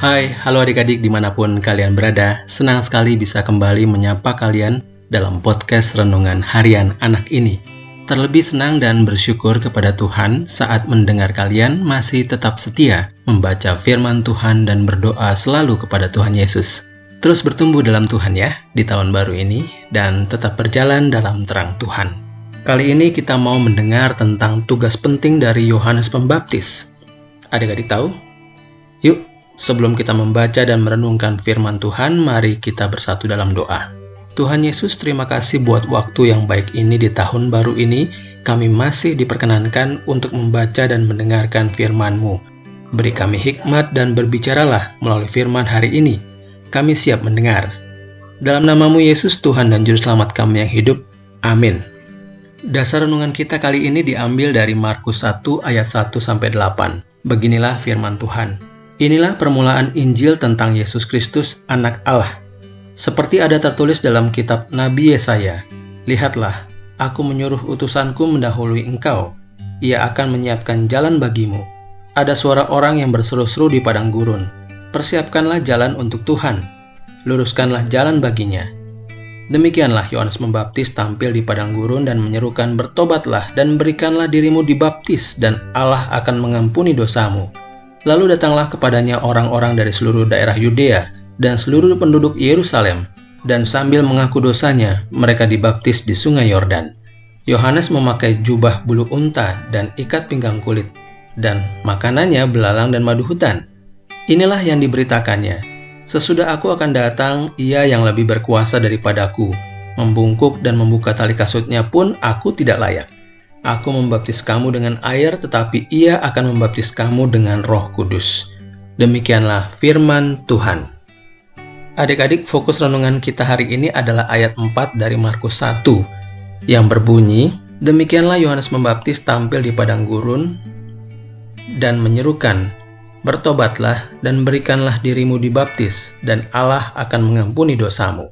Hai, halo adik-adik dimanapun kalian berada. Senang sekali bisa kembali menyapa kalian dalam podcast Renungan Harian Anak ini. Terlebih senang dan bersyukur kepada Tuhan saat mendengar kalian masih tetap setia membaca firman Tuhan dan berdoa selalu kepada Tuhan Yesus. Terus bertumbuh dalam Tuhan ya, di tahun baru ini, dan tetap berjalan dalam terang Tuhan. Kali ini kita mau mendengar tentang tugas penting dari Yohanes Pembaptis. Adik-adik tahu? Yuk, sebelum kita membaca dan merenungkan firman Tuhan, mari kita bersatu dalam doa. Tuhan Yesus, terima kasih buat waktu yang baik ini di tahun baru ini. Kami masih diperkenankan untuk membaca dan mendengarkan firman-Mu. Beri kami hikmat dan berbicaralah melalui firman hari ini. Kami siap mendengar. Dalam nama-Mu Yesus, Tuhan dan Juru Selamat kami yang hidup. Amin. Dasar renungan kita kali ini diambil dari Markus 1 ayat 1-8. Beginilah firman Tuhan. Inilah permulaan Injil tentang Yesus Kristus, Anak Allah. Seperti ada tertulis dalam kitab Nabi Yesaya, "Lihatlah, aku menyuruh utusanku mendahului engkau. Ia akan menyiapkan jalan bagimu." Ada suara orang yang berseru-seru di padang gurun, "Persiapkanlah jalan untuk Tuhan, luruskanlah jalan baginya." Demikianlah Yohanes Pembaptis tampil di padang gurun dan menyerukan, "Bertobatlah dan berikanlah dirimu dibaptis, dan Allah akan mengampuni dosamu." Lalu datanglah kepadanya orang-orang dari seluruh daerah Yudea dan seluruh penduduk Yerusalem, dan sambil mengaku dosanya, mereka dibaptis di sungai Yordan. Yohanes memakai jubah bulu unta dan ikat pinggang kulit, dan makanannya belalang dan madu hutan. Inilah yang diberitakannya, "Sesudah aku akan datang, ia yang lebih berkuasa daripadaku. Membungkuk dan membuka tali kasutnya pun aku tidak layak. Aku membaptis kamu dengan air, tetapi ia akan membaptis kamu dengan Roh Kudus." Demikianlah firman Tuhan. Adik-adik, fokus renungan kita hari ini adalah ayat 4 dari Markus 1 yang berbunyi, "Demikianlah Yohanes Pembaptis tampil di padang gurun dan menyerukan, Bertobatlah dan berikanlah dirimu dibaptis, dan Allah akan mengampuni dosamu."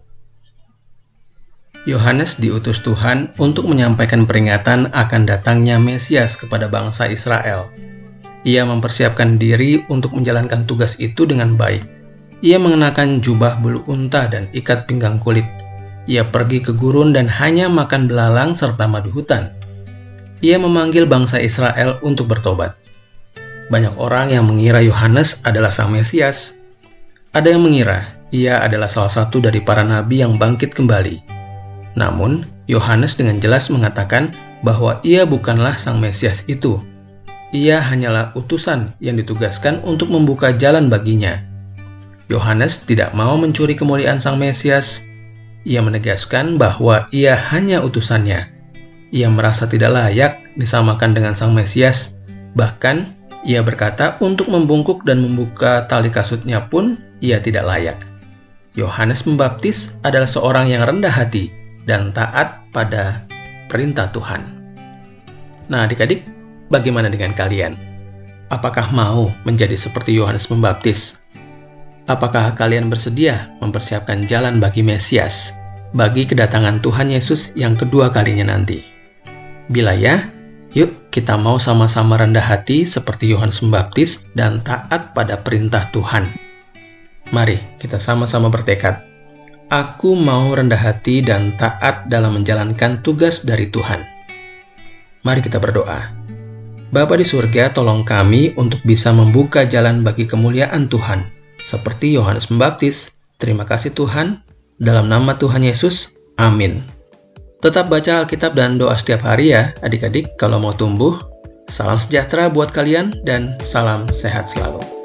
Yohanes diutus Tuhan untuk menyampaikan peringatan akan datangnya Mesias kepada bangsa Israel. Ia mempersiapkan diri untuk menjalankan tugas itu dengan baik. Ia mengenakan jubah bulu unta dan ikat pinggang kulit. Ia pergi ke gurun dan hanya makan belalang serta madu hutan. Ia memanggil bangsa Israel untuk bertobat. Banyak orang yang mengira Yohanes adalah sang Mesias. Ada yang mengira ia adalah salah satu dari para nabi yang bangkit kembali. Namun, Yohanes dengan jelas mengatakan bahwa ia bukanlah sang Mesias itu. Ia hanyalah utusan yang ditugaskan untuk membuka jalan baginya. Yohanes tidak mau mencuri kemuliaan sang Mesias. Ia menegaskan bahwa ia hanya utusannya. Ia merasa tidak layak disamakan dengan sang Mesias. Bahkan, ia berkata untuk membungkuk dan membuka tali kasutnya pun ia tidak layak. Yohanes Pembaptis adalah seorang yang rendah hati dan taat pada perintah Tuhan. Nah adik-adik, bagaimana dengan kalian? Apakah mau menjadi seperti Yohanes Pembaptis? Apakah kalian bersedia mempersiapkan jalan bagi Mesias, bagi kedatangan Tuhan Yesus yang kedua kalinya nanti? Bila ya, yuk kita mau sama-sama rendah hati seperti Yohanes Pembaptis dan taat pada perintah Tuhan. Mari kita sama-sama bertekad. Aku mau rendah hati dan taat dalam menjalankan tugas dari Tuhan. Mari kita berdoa. Bapa di surga, tolong kami untuk bisa membuka jalan bagi kemuliaan Tuhan, seperti Yohanes Pembaptis. Terima kasih Tuhan. Dalam nama Tuhan Yesus, amin. Tetap baca Alkitab dan doa setiap hari ya, adik-adik, kalau mau tumbuh. Salam sejahtera buat kalian dan salam sehat selalu.